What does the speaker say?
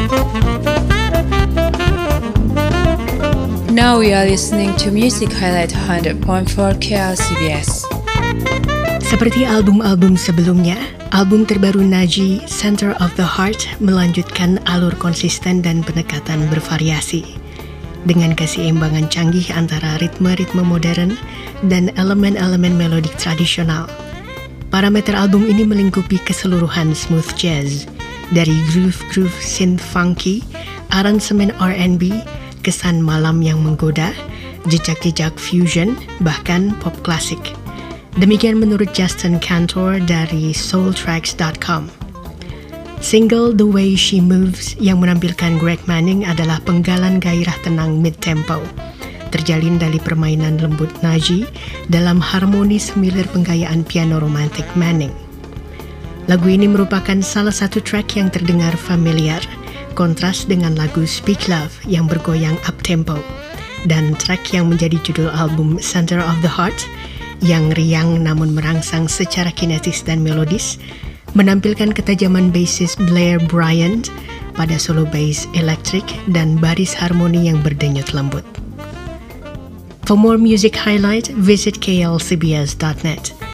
Now we are listening to Music Highlight 100.4 KLCBS. Seperti album-album sebelumnya, album terbaru Naji, Center of the Heart, melanjutkan alur konsisten dan pendekatan bervariasi. Dengan keseimbangan canggih antara ritme-ritme modern dan elemen-elemen melodik tradisional. Parameter album ini melingkupi keseluruhan smooth jazz, dari groove-groove synth funky, aransemen R&B, kesan malam yang menggoda, jejak-jejak fusion, bahkan pop klasik. Demikian menurut Justin Cantor dari soultracks.com. Single The Way She Moves yang menampilkan Greg Manning adalah penggalan gairah tenang mid-tempo, terjalin dari permainan lembut Naji dalam harmoni semilir penggayaan piano romantik Manning. Lagu ini merupakan salah satu track yang terdengar familiar, kontras dengan lagu Speak Love yang bergoyang up-tempo, dan track yang menjadi judul album Center of the Heart yang riang namun merangsang secara kinetis dan melodis, menampilkan ketajaman bassist Blair Bryant pada solo bass elektrik dan baris harmoni yang berdenyut lembut. For more music highlight, visit klcbs.net.